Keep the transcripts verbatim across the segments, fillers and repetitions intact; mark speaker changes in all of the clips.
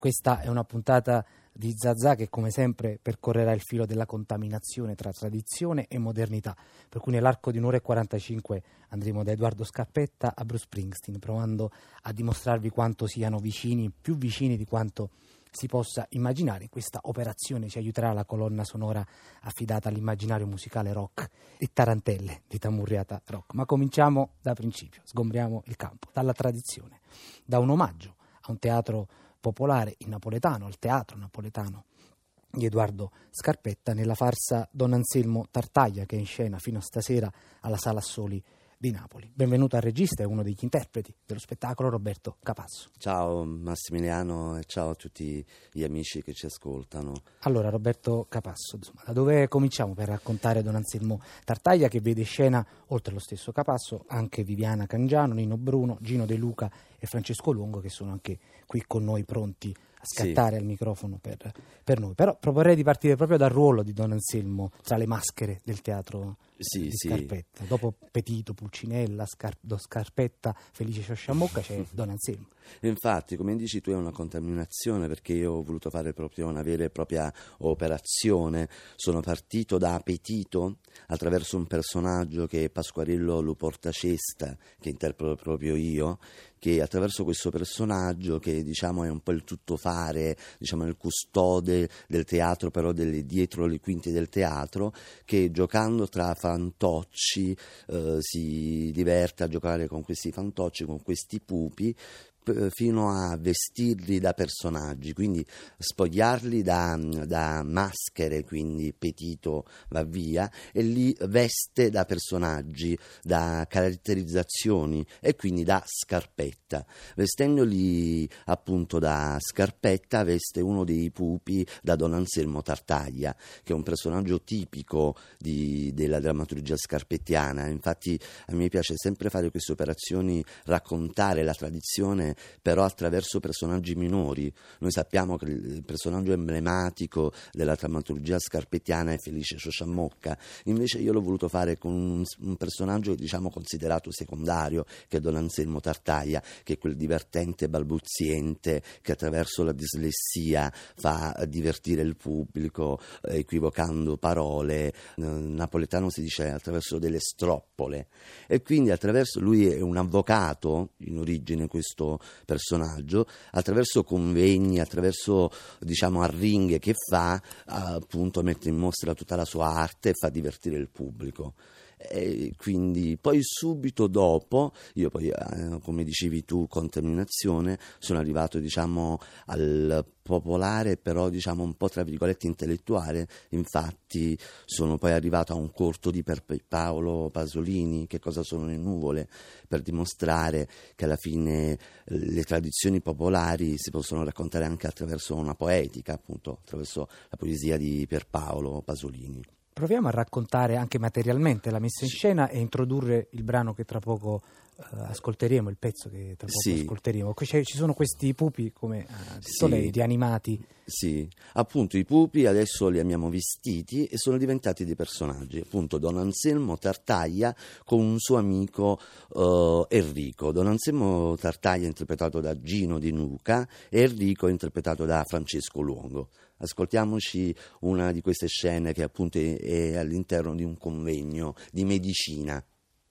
Speaker 1: Questa è una puntata di Zazà che come sempre percorrerà il filo della contaminazione tra tradizione e modernità, per cui nell'arco di un'ora e quarantacinque andremo da Edoardo Scarpetta a Bruce Springsteen, provando a dimostrarvi quanto siano vicini, più vicini di quanto si possa immaginare. Questa operazione ci aiuterà la colonna sonora affidata all'immaginario musicale rock e tarantelle di Tamurriata Rock. Ma cominciamo da principio, sgombriamo il campo, dalla tradizione, da un omaggio a un teatro popolare in napoletano, al teatro napoletano di Edoardo Scarpetta, nella farsa Don Anselmo Tartaglia, che è in scena fino a stasera alla Sala Assoli di Napoli. Benvenuto al regista e uno degli interpreti dello spettacolo, Roberto Capasso.
Speaker 2: Ciao Massimiliano e ciao a tutti gli amici che ci ascoltano.
Speaker 1: Allora, Roberto Capasso, insomma, da dove cominciamo per raccontare Don Anselmo Tartaglia, che vede in scena, oltre allo stesso Capasso, anche Viviana Cangiano, Nino Bruno, Gino De Luca e Francesco Longo, che sono anche qui con noi pronti a scattare sì. al microfono per, per noi. Però proporrei di partire proprio dal ruolo di Don Anselmo tra le maschere del teatro
Speaker 2: sì,
Speaker 1: di
Speaker 2: sì.
Speaker 1: Scarpetta. Dopo Petito, Pulcinella, Scar- Don Scarpetta, Felice Sciosciamocca c'è Don Anselmo.
Speaker 2: Infatti, come dici tu, è una contaminazione, perché io ho voluto fare proprio una vera e propria operazione. Sono partito da Petito attraverso un personaggio che è Pasquarello Luportacesta, che interpreto proprio io, che attraverso questo personaggio, che diciamo è un po' il tuttofare, diciamo il custode del teatro, però delle, dietro le quinte del teatro, che giocando tra fantocci eh, si diverte a giocare con questi fantocci, con questi pupi, fino a vestirli da personaggi, quindi spogliarli da, da maschere, quindi Petito va via e li veste da personaggi, da caratterizzazioni e quindi da Scarpetta. Vestendoli appunto da Scarpetta veste uno dei pupi da Don Anselmo Tartaglia, che è un personaggio tipico di, della drammaturgia scarpettiana. Infatti a me piace sempre fare queste operazioni, raccontare la tradizione però attraverso personaggi minori. Noi sappiamo che il personaggio emblematico della drammaturgia scarpettiana è Felice Sciosciamocca, invece io l'ho voluto fare con un, un personaggio diciamo considerato secondario, che è Don Anselmo Tartaglia, che è quel divertente balbuziente che attraverso la dislessia fa divertire il pubblico equivocando parole. In napoletano si dice attraverso delle stroppole, e quindi attraverso, lui è un avvocato in origine questo personaggio, attraverso convegni, attraverso diciamo arringhe che fa, appunto mette in mostra tutta la sua arte e fa divertire il pubblico. E quindi poi subito dopo io poi eh, come dicevi tu, contaminazione, sono arrivato diciamo al popolare, però diciamo un po' tra virgolette intellettuale. Infatti sono poi arrivato a un corto di Pierpaolo Pasolini, Che cosa sono le nuvole, per dimostrare che alla fine le tradizioni popolari si possono raccontare anche attraverso una poetica, appunto attraverso la poesia di Pierpaolo Pasolini.
Speaker 1: Proviamo a raccontare anche materialmente la messa in
Speaker 2: sì.
Speaker 1: scena e introdurre il brano che tra poco uh, ascolteremo, il pezzo che tra poco
Speaker 2: sì.
Speaker 1: ascolteremo. Qui ci sono questi pupi, come ha detto
Speaker 2: sì.
Speaker 1: lei, rianimati.
Speaker 2: Sì, appunto i pupi adesso li abbiamo vestiti e sono diventati dei personaggi, appunto Don Anselmo Tartaglia con un suo amico uh, Enrico. Don Anselmo Tartaglia interpretato da Gino De Luca e Enrico interpretato da Francesco Longo. Ascoltiamoci una di queste scene che appunto è, è all'interno di un convegno di medicina.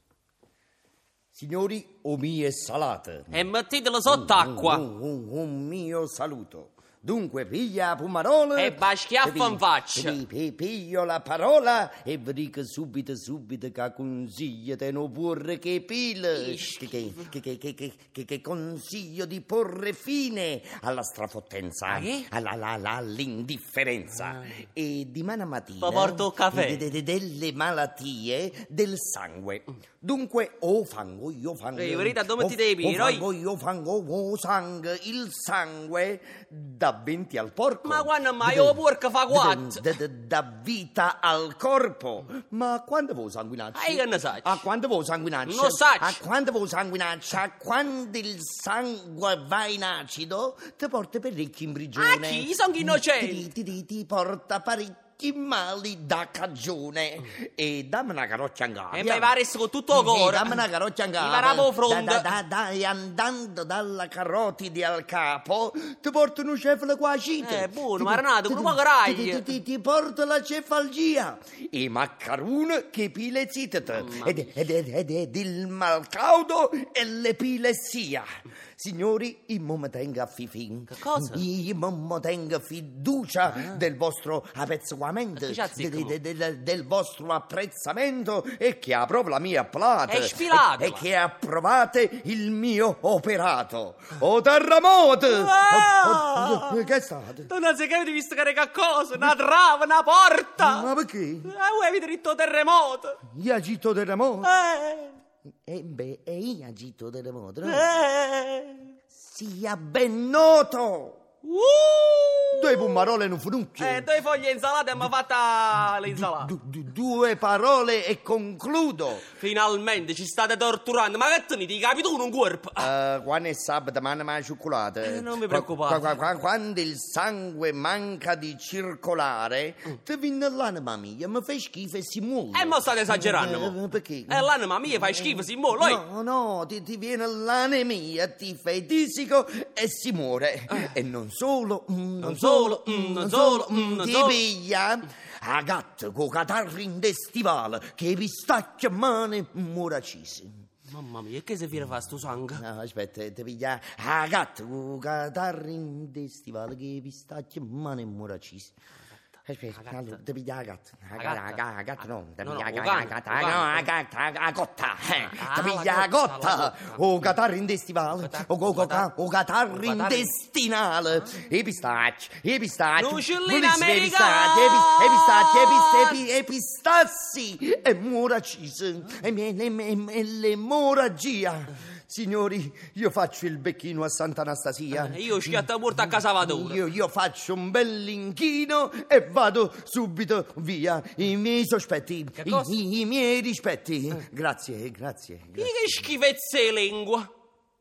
Speaker 3: Signori, o mie salate.
Speaker 4: E mettetelo sott'acqua.
Speaker 3: Un, un, un, un mio saluto. Dunque, piglia Pumarone
Speaker 4: e baschiaffo in faccia.
Speaker 3: Pi, pi, piglio la parola e vi dico subito, subito che consiglio di non porre che pile. Che, che, che, che, che, che, che consiglio di porre fine alla strafottenza,
Speaker 4: ah,
Speaker 3: alla, alla, alla, all'indifferenza ah. e di mano mattina
Speaker 4: porto caffè.
Speaker 3: De, de, de, delle malattie del sangue. Dunque, o fango, io fango.
Speaker 4: Ehi, verità, dove ti devi?
Speaker 3: O fango, io fango, o sangue, il sangue da venti al porco.
Speaker 4: Ma quando mai o porco fa quattro?
Speaker 3: Da vita al corpo. Ma quando vuoi sanguinacci?
Speaker 4: E io ne sai.
Speaker 3: A quando vuoi sanguinacci?
Speaker 4: Non sai.
Speaker 3: A quando vuoi sanguinacci? A quando il sangue va in acido, ti porta parecchi in prigione.
Speaker 4: Ah, chi? Sono innocenti.
Speaker 3: Ti, ti, ti, ti porta parecchi mali da cagione. E dammi una carroccia in
Speaker 4: E mi pare con tutto il cuore.
Speaker 3: Dammi una carroccia in
Speaker 4: Mi paravo fronte.
Speaker 3: Da, da, da, e andando dalla carotide al capo, ti portano cefala qua a cita.
Speaker 4: Eh, buono, maranato, come carai.
Speaker 3: Ti, ti, ti, ti porta la cefalgia. I maccarone che pile zitete. Ed, ed, ed, ed, ed il malcaudo e l'epilessia. Signori, io mi tengo a fifin.
Speaker 4: Che cosa?
Speaker 3: Io mi tengo fiducia
Speaker 4: Ah.
Speaker 3: del vostro apprezzamento,
Speaker 4: Che ci azzecco,
Speaker 3: de- de- de- del vostro apprezzamento e che approva la mia plata
Speaker 4: È sfilato,
Speaker 3: e, e
Speaker 4: ma.
Speaker 3: che approvate il mio operato. O terremoto!
Speaker 4: Ah!
Speaker 3: O- o- che è stato?
Speaker 4: Tu non sai che avete visto che cosa? Una trave, una porta.
Speaker 3: Ma perché?
Speaker 4: Eh, voi avete detto terremoto.
Speaker 3: Io agito terremoto?
Speaker 4: Eh,
Speaker 3: E beh, e io agito terremoto, no?
Speaker 4: eh.
Speaker 3: Sia ben noto!
Speaker 4: Uh.
Speaker 3: Due pomarole in un frucchio.
Speaker 4: Eh, due foglie insalate e mi ha fatta l'insalata.
Speaker 3: Du- du- due parole e concludo.
Speaker 4: Finalmente ci state torturando. Ma che te ne ti capi tu in un corpo?
Speaker 3: Uh, quando è sabato mangia la cioccolata.
Speaker 4: Eh, non vi preoccupate.
Speaker 3: Qua- qua- qua- quando il sangue manca di circolare, ti viene l'anima mia, mi fai schifo e si muove.
Speaker 4: E mo state esagerando, mo.
Speaker 3: Eh, perché?
Speaker 4: E l'anima mia fa schifo, si muore. lei.
Speaker 3: No, no, ti, ti viene l'anemia, ti fai tisico e si muore. E non solo, mm, non
Speaker 4: solo,
Speaker 3: solo,
Speaker 4: mm, non solo, mm, non
Speaker 3: ti
Speaker 4: solo.
Speaker 3: piglia a gatto con catarri in destivale che pistacchi a mano muracisi.
Speaker 4: Mamma mia, che se viene fa sto sangue?
Speaker 3: No, aspetta, ti piglia a gatto con catarri in destivale che pistacchi a mano muracisi. Aspetta,
Speaker 4: gatta.
Speaker 3: allora, ti piglia a gatto. A
Speaker 4: A
Speaker 3: gatta,
Speaker 4: gatta.
Speaker 3: a gatta, no, ti
Speaker 4: No,
Speaker 3: piglia
Speaker 4: no,
Speaker 3: a
Speaker 4: o
Speaker 3: gatta,
Speaker 4: gatta,
Speaker 3: a
Speaker 4: o
Speaker 3: gatta, no, a
Speaker 4: gatta.
Speaker 3: gatta, a gotta. eh,
Speaker 4: Ah,
Speaker 3: Ti
Speaker 4: la
Speaker 3: piglia a
Speaker 4: gotta,
Speaker 3: gotta,
Speaker 4: la gotta.
Speaker 3: o catarri in destivale,
Speaker 4: Gata-
Speaker 3: o o-
Speaker 4: gata-
Speaker 3: o catarri
Speaker 4: o
Speaker 3: in
Speaker 4: catarri-
Speaker 3: destinale. E pistacchi, e pistacchi.
Speaker 4: L'uccellina
Speaker 3: buonissimi, e
Speaker 4: americana.
Speaker 3: pistacchi, e pis- e pistacchi, e pis- e pi- e pistassi, e muracisi, e me- e me- e l'emorragia. Signori, io faccio il becchino a Sant'Anastasia.
Speaker 4: E io schiatto a morte a casa vado.
Speaker 3: Io, io faccio un bell'inchino e vado subito via. I miei sospetti, i,
Speaker 4: cosa?
Speaker 3: i- i miei rispetti. Grazie, grazie.
Speaker 4: Che
Speaker 3: grazie.
Speaker 4: schifezze di lingua.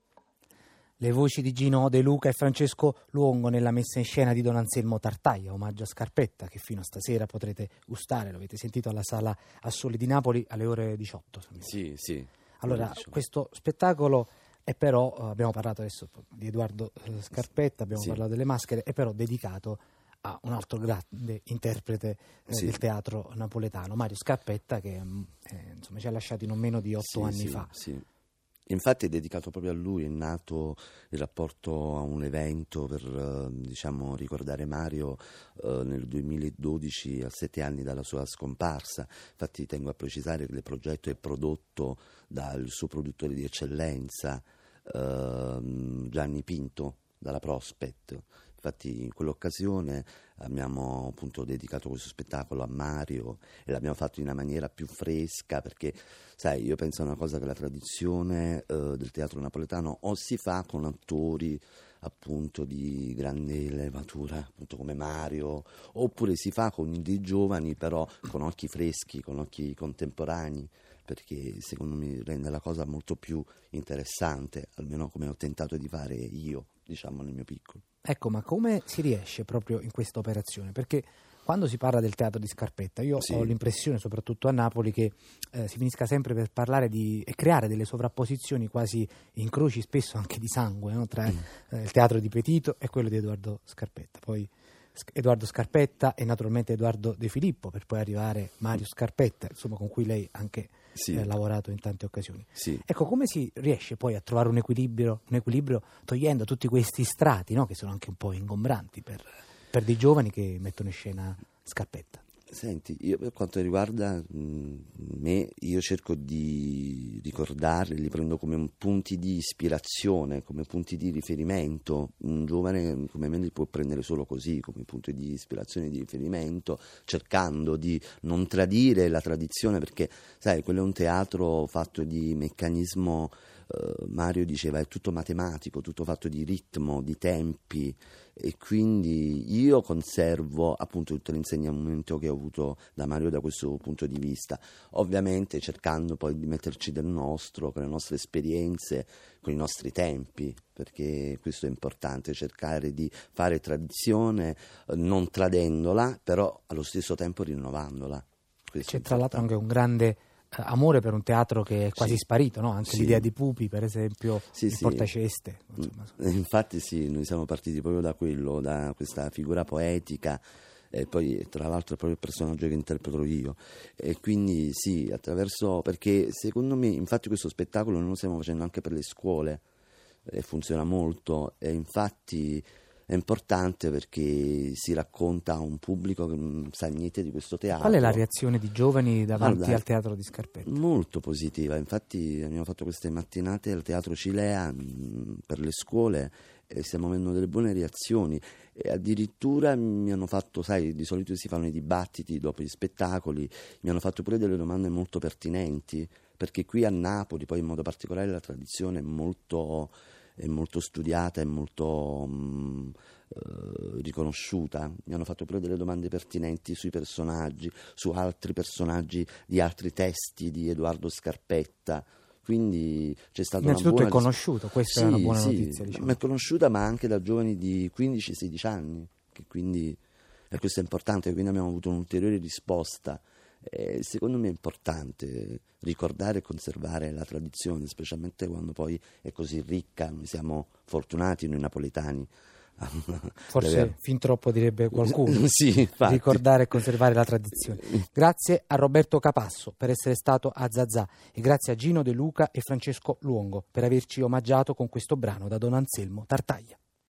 Speaker 1: Le voci di Gino De Luca e Francesco Luongo nella messa in scena di Don Anselmo Tartaglia, omaggio a Scarpetta, che fino a stasera potrete gustare, lo avete sentito alla Sala Assoli di Napoli alle ore diciotto. se non mi
Speaker 2: Sì, sì.
Speaker 1: Allora,
Speaker 2: Diciamo.
Speaker 1: questo spettacolo è però, eh, abbiamo parlato adesso di Edoardo eh, Scarpetta, abbiamo
Speaker 2: Sì.
Speaker 1: parlato delle maschere, è però dedicato a un altro grande interprete eh,
Speaker 2: Sì.
Speaker 1: del teatro napoletano, Mario Scarpetta, che mm, eh, insomma, ci ha lasciati non meno di otto
Speaker 2: Sì,
Speaker 1: anni
Speaker 2: sì,
Speaker 1: fa.
Speaker 2: sì. Infatti è dedicato proprio a lui, è nato il rapporto a un evento per eh, diciamo ricordare Mario eh, nel duemiladodici, a sette anni dalla sua scomparsa. Infatti tengo a precisare che il progetto è prodotto dal suo produttore di eccellenza ehm, Gianni Pinto, dalla Prospect. Infatti in quell'occasione abbiamo appunto dedicato questo spettacolo a Mario e l'abbiamo fatto in una maniera più fresca, perché sai, io penso a una cosa, che la tradizione eh, del teatro napoletano o si fa con attori appunto di grande levatura, appunto come Mario, oppure si fa con dei giovani però con occhi freschi, con occhi contemporanei, perché secondo me rende la cosa molto più interessante, almeno come ho tentato di fare io, diciamo, nel mio piccolo.
Speaker 1: Ecco, ma come si riesce proprio in questa operazione? Perché quando si parla del teatro di Scarpetta, io
Speaker 2: Sì.
Speaker 1: ho l'impressione, soprattutto a Napoli, che eh, si finisca sempre per parlare di e creare delle sovrapposizioni quasi incroci, spesso anche di sangue, no? Tra eh, il teatro di Petito e quello di Edoardo Scarpetta. Poi Sc- Edoardo Scarpetta e naturalmente Edoardo De Filippo, per poi arrivare Mario Scarpetta, insomma, con cui lei anche
Speaker 2: Sì.
Speaker 1: ha lavorato in tante occasioni.
Speaker 2: Sì.
Speaker 1: Ecco, come si riesce poi a trovare un equilibrio, un equilibrio togliendo tutti questi strati, no? Che sono anche un po' ingombranti per, per dei giovani che mettono in scena Scarpetta?
Speaker 2: Senti, io per quanto riguarda mh, me, io cerco di ricordarli, li prendo come punti di ispirazione, come punti di riferimento. Un giovane come me li può prendere solo così, come punti di ispirazione e di riferimento, cercando di non tradire la tradizione, perché sai, quello è un teatro fatto di meccanismo uh, Mario diceva è tutto matematico, tutto fatto di ritmo, di tempi, e quindi io conservo appunto tutto l'insegnamento che ho avuto da Mario da questo punto di vista, ovviamente cercando poi di metterci del nostro, con le nostre esperienze, con i nostri tempi, perché questo è importante, cercare di fare tradizione non tradendola, però allo stesso tempo rinnovandola. Questo
Speaker 1: c'è tra l'altro anche un grande eh, amore per un teatro che è quasi
Speaker 2: sì.
Speaker 1: sparito, no? Anche
Speaker 2: sì.
Speaker 1: l'idea di Pupi, per esempio,
Speaker 2: sì,
Speaker 1: il
Speaker 2: sì.
Speaker 1: portaceste. Insomma.
Speaker 2: Infatti sì, noi siamo partiti proprio da quello, da questa figura poetica, e poi tra l'altro è proprio il personaggio che interpreto io, e quindi sì, attraverso, perché secondo me infatti questo spettacolo noi lo stiamo facendo anche per le scuole e funziona molto, e infatti è importante perché si racconta a un pubblico che non sa niente di questo teatro.
Speaker 1: Qual è la reazione di giovani davanti
Speaker 2: Guarda,
Speaker 1: al teatro di Scarpetta?
Speaker 2: Molto positiva, infatti abbiamo fatto queste mattinate al Teatro Cilea mh, per le scuole e stiamo avendo delle buone reazioni, e addirittura mi hanno fatto, sai, di solito si fanno i dibattiti dopo gli spettacoli, mi hanno fatto pure delle domande molto pertinenti, perché qui a Napoli poi in modo particolare la tradizione è molto... è molto studiata, è molto mh, eh, riconosciuta. Mi hanno fatto pure delle domande pertinenti sui personaggi, su altri personaggi di altri testi di Edoardo Scarpetta. Quindi c'è stata una buona...
Speaker 1: Innanzitutto è conosciuto, questa
Speaker 2: sì,
Speaker 1: è una buona
Speaker 2: sì,
Speaker 1: notizia. Diciamo.
Speaker 2: Ma è conosciuta, ma anche da giovani di quindici sedici anni, che quindi, e questo è importante, quindi abbiamo avuto un'ulteriore risposta. Eh, secondo me è importante ricordare e conservare la tradizione, specialmente quando poi è così ricca. Noi siamo fortunati, noi napoletani,
Speaker 1: forse
Speaker 2: aver...
Speaker 1: fin troppo direbbe qualcuno.
Speaker 2: Sì, infatti.
Speaker 1: Ricordare e conservare la tradizione. Grazie a Roberto Capasso per essere stato a Zazà, e grazie a Gino De Luca e Francesco Luongo per averci omaggiato con questo brano da Don Anselmo Tartaglia.